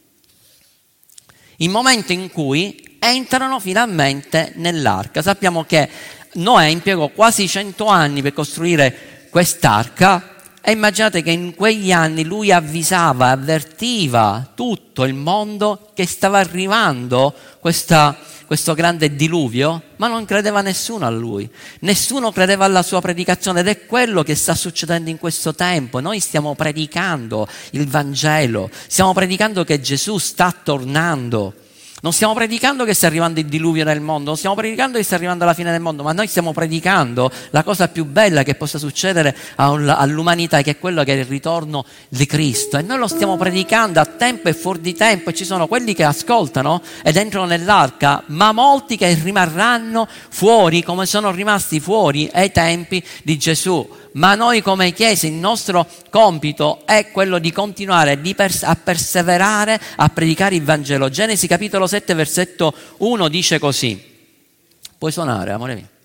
Il momento in cui entrano finalmente nell'arca. Sappiamo che Noè impiegò quasi cento anni per costruire quest'arca. E immaginate che in quegli anni lui avvisava, avvertiva tutto il mondo che stava arrivando questa, questo grande diluvio, ma non credeva nessuno a lui, nessuno credeva alla sua predicazione, ed è quello che sta succedendo in questo tempo. Noi stiamo predicando il Vangelo, stiamo predicando che Gesù sta tornando. Non stiamo predicando che sta arrivando il diluvio nel mondo, non stiamo predicando che sta arrivando la fine del mondo, ma noi stiamo predicando la cosa più bella che possa succedere all'umanità, che è quello che è il ritorno di Cristo. E noi lo stiamo predicando a tempo e fuori di tempo, e ci sono quelli che ascoltano ed entrano nell'arca, ma molti che rimarranno fuori, come sono rimasti fuori ai tempi di Gesù. Ma noi come Chiesa, il nostro compito è quello di continuare di pers- a perseverare a predicare il Vangelo. Genesi capitolo sette versetto uno dice così. Puoi suonare, amore mio.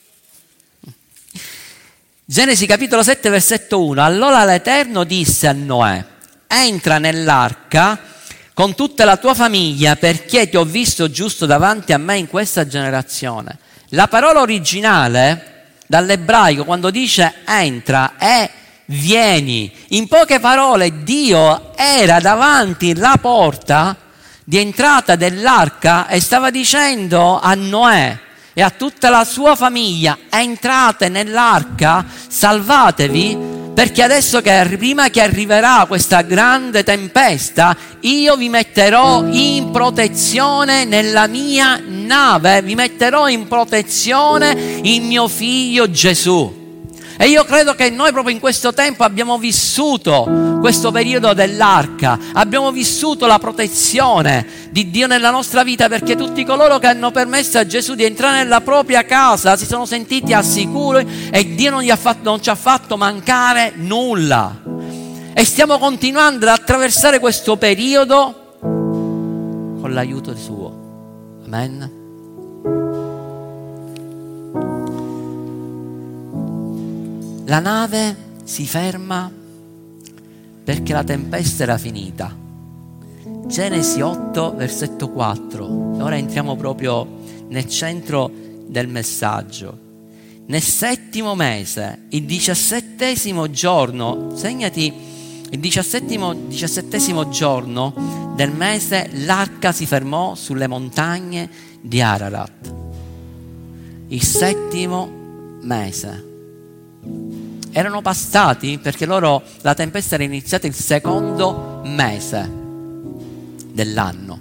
Genesi capitolo sette versetto uno. Allora l'Eterno disse a Noè: entra nell'arca con tutta la tua famiglia, perché ti ho visto giusto davanti a me in questa generazione. La parola originale dall'ebraico, quando dice entra, è vieni. In poche parole, Dio era davanti la porta di entrata dell'arca e stava dicendo a Noè e a tutta la sua famiglia: entrate nell'arca, salvatevi, perché adesso che prima che arriverà questa grande tempesta, io vi metterò in protezione nella mia nave, vi metterò in protezione il mio figlio Gesù. E io credo che noi proprio in questo tempo abbiamo vissuto questo periodo dell'arca, abbiamo vissuto la protezione di Dio nella nostra vita, perché tutti coloro che hanno permesso a Gesù di entrare nella propria casa si sono sentiti al sicuro e Dio non, gli ha fatto, non ci ha fatto mancare nulla. E stiamo continuando ad attraversare questo periodo con l'aiuto suo. Amen. La nave si ferma perché la tempesta era finita. Genesi otto, versetto quattro. Ora entriamo proprio nel centro del messaggio. Nel settimo mese, il diciassettesimo giorno, segnati, il diciassettimo, diciassettesimo giorno del mese, l'arca si fermò sulle montagne di Ararat. Il settimo mese. Erano passati, perché loro, la tempesta era iniziata il secondo mese dell'anno.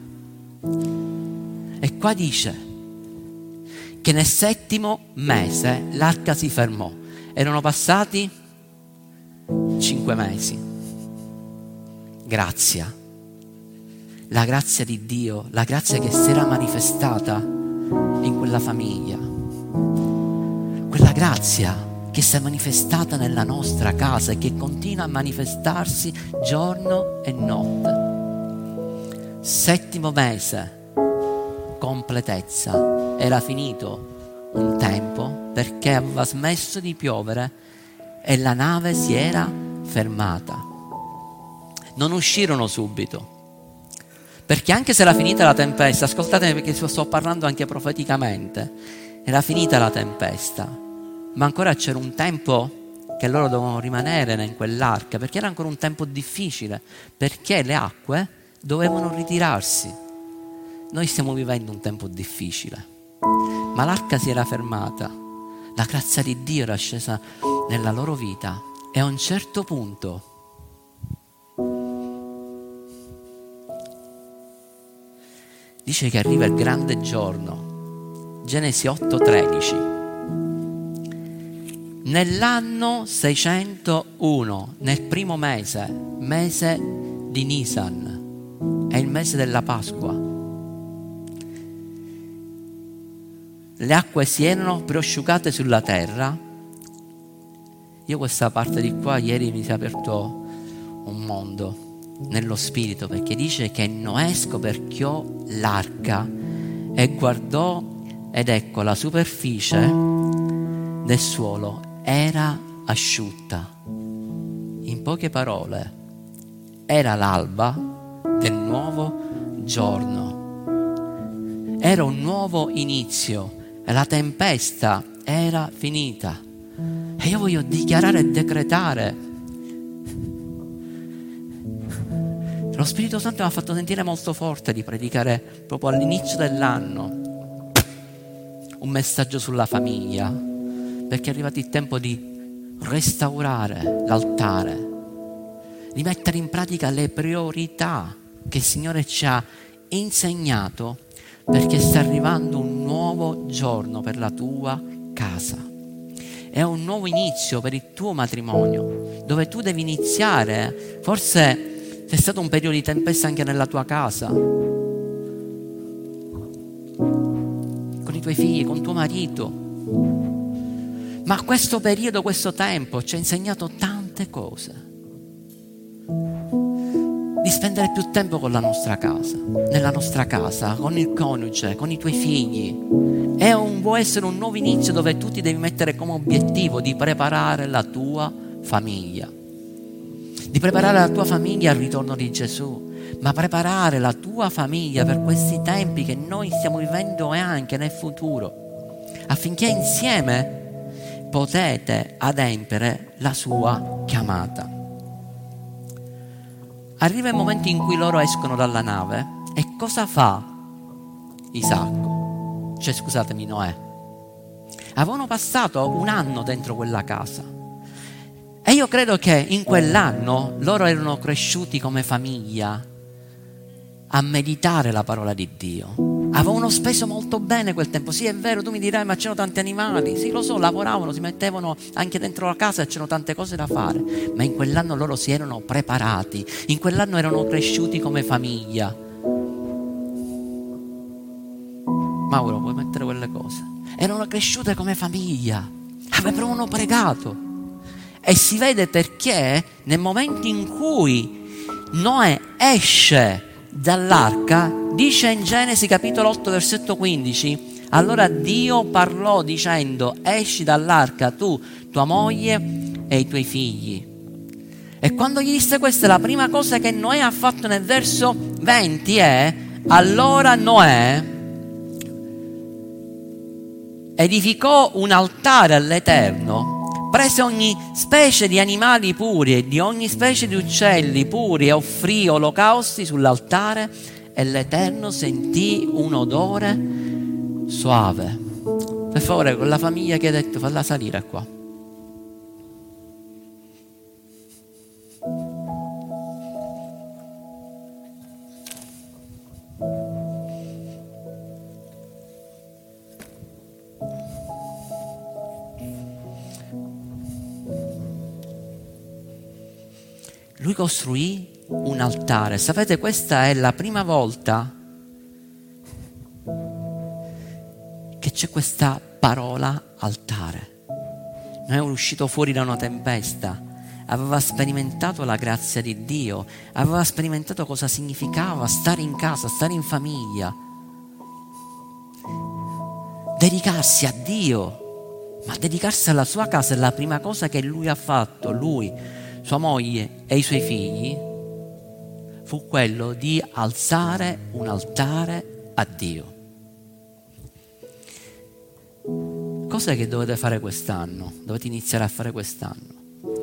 E qua dice che nel settimo mese l'arca si fermò. Erano passati cinque mesi. Grazia. La grazia di Dio, la grazia che si era manifestata in quella famiglia. Quella grazia che si è manifestata nella nostra casa e che continua a manifestarsi giorno e notte. Settimo mese, completezza. Era finito un tempo perché aveva smesso di piovere e la nave si era fermata. Non uscirono subito, perché anche se era finita la tempesta, ascoltatemi perché sto parlando anche profeticamente, era finita la tempesta, ma ancora c'era un tempo che loro dovevano rimanere in quell'arca, perché era ancora un tempo difficile, perché le acque dovevano ritirarsi. Noi stiamo vivendo un tempo difficile, ma l'arca si era fermata, la grazia di Dio era scesa nella loro vita e a un certo punto dice che arriva il grande giorno. Genesi otto tredici. Nell'anno seicentouno, nel primo mese, mese di Nisan, è il mese della Pasqua. le acque si erano prosciugate sulla terra. Io questa parte di qua ieri mi si è aperto un mondo nello spirito, perché dice che Noè scoperchiò l'arca e guardò ed ecco la superficie del suolo era asciutta. In poche parole, era l'alba del nuovo giorno. Era un nuovo inizio e la tempesta era finita. E io voglio dichiarare e decretare. Lo Spirito Santo mi ha fatto sentire molto forte di predicare proprio all'inizio dell'anno un messaggio sulla famiglia, perché è arrivato il tempo di restaurare l'altare, di mettere in pratica le priorità che il Signore ci ha insegnato, perché sta arrivando un nuovo giorno per la tua casa. È un nuovo inizio per il tuo matrimonio, dove tu devi iniziare. Forse c'è stato un periodo di tempesta anche nella tua casa, con i tuoi figli, con tuo marito. Ma questo periodo, questo tempo ci ha insegnato tante cose. Di spendere più tempo con la nostra casa, nella nostra casa, con il coniuge, con i tuoi figli. È un, può essere un nuovo inizio dove tu ti devi mettere come obiettivo di preparare la tua famiglia. Di preparare la tua famiglia al ritorno di Gesù, ma preparare la tua famiglia per questi tempi che noi stiamo vivendo e anche nel futuro, affinché insieme potete adempiere la sua chiamata. Arriva il momento in cui loro escono dalla nave e cosa fa Isacco? Cioè, scusatemi, Noè. Avevano passato un anno dentro quella casa e io credo che in quell'anno loro erano cresciuti come famiglia a meditare la parola di Dio. Avevano speso molto bene quel tempo. Sì, è vero, tu mi dirai, ma c'erano tanti animali. Sì, lo so, lavoravano, si mettevano anche dentro la casa e c'erano tante cose da fare. Ma in quell'anno loro si erano preparati. In quell'anno erano cresciuti come famiglia. Mauro, puoi mettere quelle cose? Erano cresciute come famiglia. Avevano pregato. E si vede perché nel momento in cui Noè esce dall'arca, dice in Genesi capitolo otto versetto quindici: allora Dio parlò dicendo, esci dall'arca tu, tua moglie e i tuoi figli. E quando gli disse questa, la prima cosa che Noè ha fatto nel verso venti è: allora Noè edificò un altare all'Eterno, prese ogni specie di animali puri e di ogni specie di uccelli puri e offrì olocausti sull'altare, e l'Eterno sentì un odore soave. Per favore, con la famiglia che ha detto, falla salire qua. Lui costruì un altare. Sapete, questa è la prima volta che c'è questa parola altare. Non è uscito fuori da una tempesta, aveva sperimentato la grazia di Dio, aveva sperimentato cosa significava stare in casa, stare in famiglia, dedicarsi a Dio. Ma dedicarsi alla sua casa è la prima cosa che lui ha fatto, lui, sua moglie e i suoi figli, fu quello di alzare un altare a Dio. Cos'è che dovete fare quest'anno? Dovete iniziare a fare quest'anno.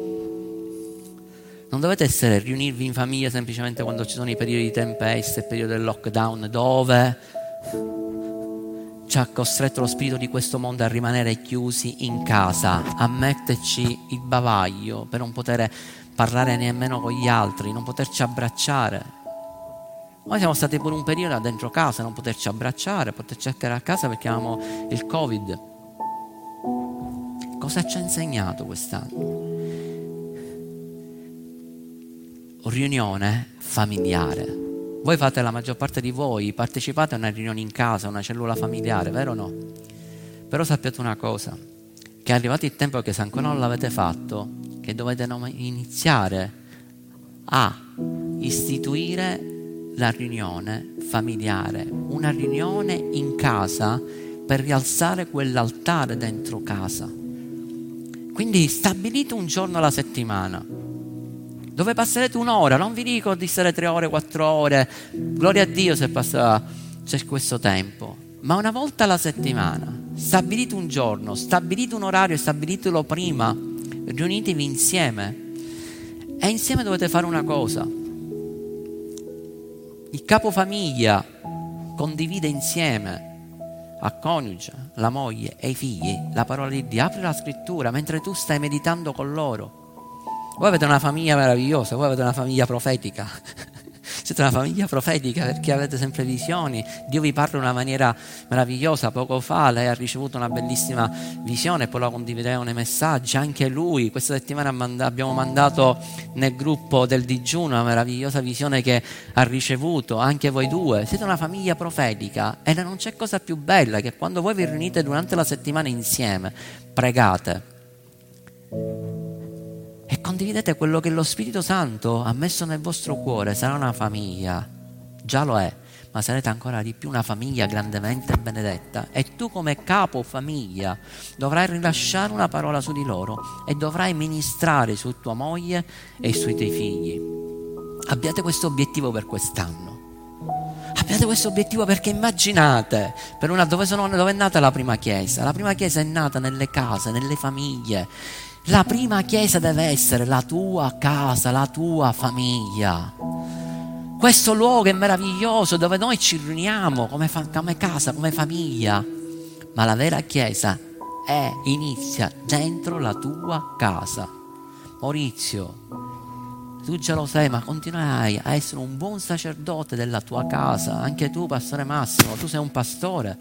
Non dovete essere riunirvi in famiglia semplicemente quando ci sono i periodi di tempesta, il periodo del lockdown, dove ci ha costretto lo spirito di questo mondo a rimanere chiusi in casa, a metterci il bavaglio per non poter parlare nemmeno con gli altri, non poterci abbracciare. Noi siamo stati pure un periodo dentro casa, non poterci abbracciare, poterci cercare a casa perché avevamo il Covid. Cosa ci ha insegnato quest'anno? Riunione familiare. Voi fate, la maggior parte di voi partecipate a una riunione in casa, una cellula familiare, vero o no? Però sappiate una cosa, che è arrivato il tempo che se ancora non l'avete fatto, che dovete iniziare a istituire la riunione familiare, una riunione in casa per rialzare quell'altare dentro casa. Quindi stabilite un giorno alla settimana dove passerete un'ora, non vi dico di stare tre ore, quattro ore, gloria a Dio se passa, c'è questo tempo, ma una volta alla settimana stabilite un giorno, stabilite un orario, stabilitelo prima, riunitevi insieme e insieme dovete fare una cosa. Il capofamiglia condivide insieme a coniuge, la moglie e i figli la parola di Dio, apri la scrittura mentre tu stai meditando con loro. Voi avete una famiglia meravigliosa, voi avete una famiglia profetica. Siete una famiglia profetica perché avete sempre visioni, Dio vi parla in una maniera meravigliosa. Poco fa lei ha ricevuto una bellissima visione e poi la condivideva nei messaggi, anche lui. Questa settimana abbiamo mandato nel gruppo del digiuno una meravigliosa visione che ha ricevuto, anche voi due. Siete una famiglia profetica e non c'è cosa più bella che quando voi vi riunite durante la settimana insieme, pregate e condividete quello che lo Spirito Santo ha messo nel vostro cuore. Sarà una famiglia, già lo è, ma sarete ancora di più una famiglia grandemente benedetta, e tu come capo famiglia dovrai rilasciare una parola su di loro e dovrai ministrare su tua moglie e sui tuoi figli. Abbiate questo obiettivo per quest'anno. Abbiate questo obiettivo, perché immaginate per una, dove, sono, dove è nata la prima chiesa? La prima chiesa è nata nelle case, nelle famiglie. La prima chiesa deve essere la tua casa, la tua famiglia. Questo luogo è meraviglioso dove noi ci riuniamo come, fa- come casa, come famiglia. Ma la vera chiesa è, inizia dentro la tua casa. Maurizio, tu già lo sai, ma continuerai a essere un buon sacerdote della tua casa. Anche tu, pastore Massimo, tu sei un pastore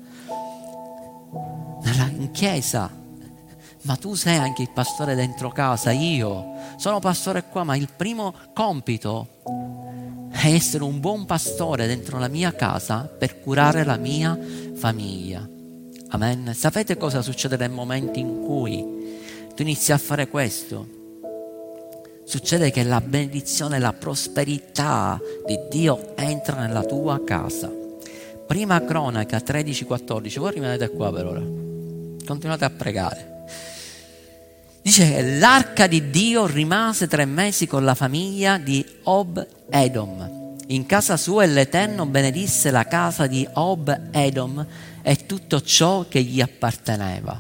in chiesa. Ma tu sei anche il pastore dentro casa. Io sono pastore qua, ma il primo compito è essere un buon pastore dentro la mia casa per curare la mia famiglia. Amen. Sapete cosa succede nel momento in cui tu inizi a fare questo? Succede che la benedizione, la prosperità di Dio entra nella tua casa. Prima Cronaca tredici quattordici. Voi rimanete qua per ora, continuate a pregare. Dice che l'arca di Dio rimase tre mesi con la famiglia di Ob-Edom. In casa sua l'Eterno benedisse la casa di Ob-Edom e tutto ciò che gli apparteneva.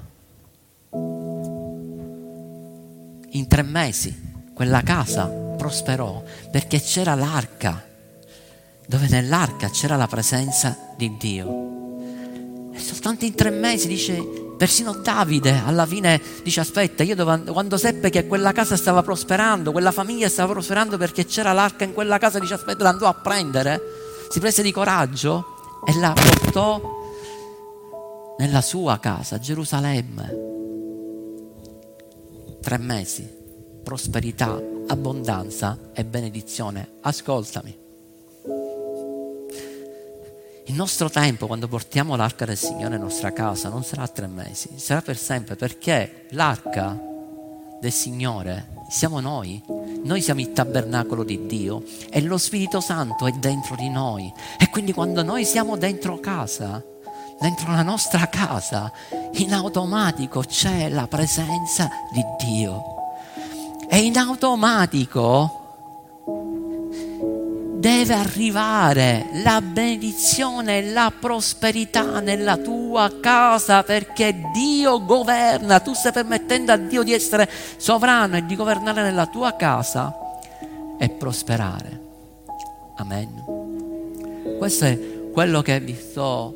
In tre mesi quella casa prosperò perché c'era l'arca, dove nell'arca c'era la presenza di Dio. E soltanto in tre mesi, dice, persino Davide alla fine dice: aspetta, io dove, quando seppe che quella casa stava prosperando, quella famiglia stava prosperando perché c'era l'arca in quella casa, dice: aspetta, la andò a prendere, si prese di coraggio e la portò nella sua casa, Gerusalemme. Tre mesi, prosperità, abbondanza e benedizione. Ascoltami. Il nostro tempo, quando portiamo l'arca del Signore in nostra casa, non sarà tre mesi, sarà per sempre, perché l'arca del Signore siamo noi. Noi siamo il tabernacolo di Dio e lo Spirito Santo è dentro di noi. E quindi quando noi siamo dentro casa, dentro la nostra casa, in automatico c'è la presenza di Dio. E in automatico deve arrivare la benedizione e la prosperità nella tua casa, perché Dio governa. Tu stai permettendo a Dio di essere sovrano e di governare nella tua casa e prosperare. Amen. Questo è quello che vi sto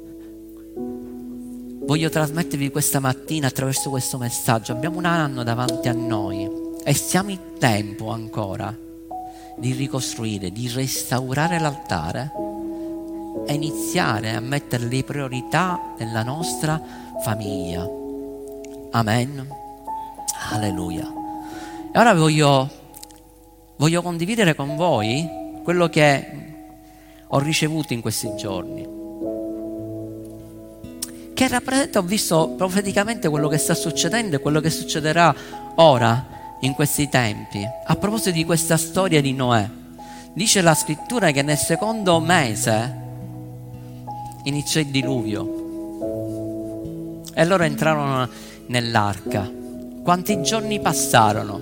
voglio trasmettervi questa mattina attraverso questo messaggio. Abbiamo un anno davanti a noi e siamo in tempo ancora di ricostruire, di restaurare l'altare e iniziare a mettere le priorità nella nostra famiglia. Amen. Alleluia. E ora voglio, voglio condividere con voi quello che ho ricevuto in questi giorni. che rappresenta, ho visto profeticamente quello che sta succedendo e quello che succederà ora, in questi tempi. A proposito di questa storia di Noè, dice la scrittura che nel secondo mese iniziò il diluvio e loro entrarono nell'arca. Quanti giorni passarono?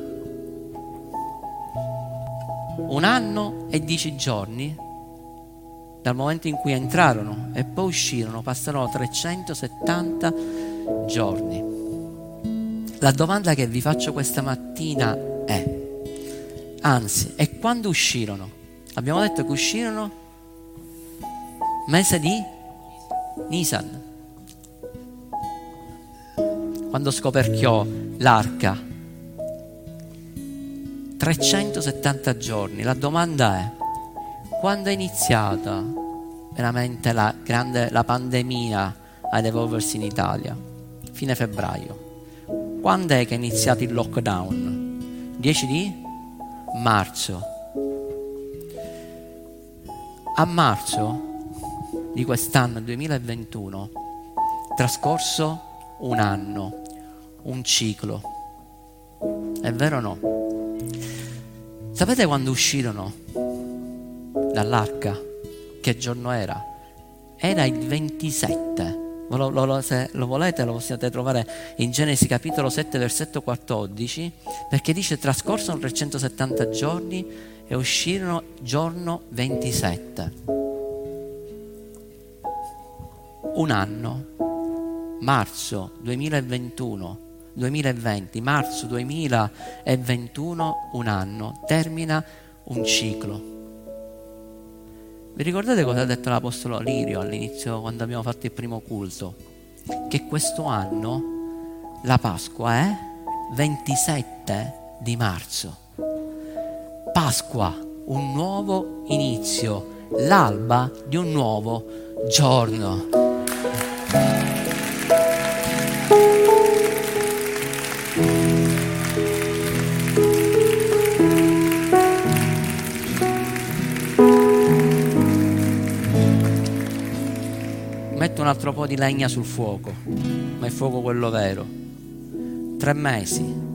Un anno e dieci giorni dal momento in cui entrarono e poi uscirono, passarono trecentosettanta giorni. La domanda che vi faccio questa mattina è, anzi, e quando uscirono? Abbiamo detto che uscirono mese di Nisan, quando scoperchiò l'arca. trecentosettanta giorni. La domanda è, quando è iniziata veramente la grande la pandemia ad evolversi in Italia? Fine febbraio. Quando è che è iniziato il lockdown? dieci di marzo. A marzo di quest'anno, duemilaventuno, trascorso un anno, un ciclo. È vero o no? Sapete quando uscirono dall'arca? Che giorno era? Era il ventisette. Lo, lo, se lo volete lo possiate trovare in Genesi capitolo sette versetto quattordici, perché dice trascorsero trecentosettanta giorni e uscirono giorno ventisette. Un anno, marzo duemilaventuno, duemilaventi, marzo duemilaventuno, un anno, termina un ciclo. Vi ricordate cosa ha detto l'Apostolo Lirio all'inizio, quando abbiamo fatto il primo culto? Che questo anno la Pasqua è ventisette di marzo. Pasqua, un nuovo inizio, l'alba di un nuovo giorno. Metto un altro po' di legna sul fuoco, ma il fuoco quello vero. Tre mesi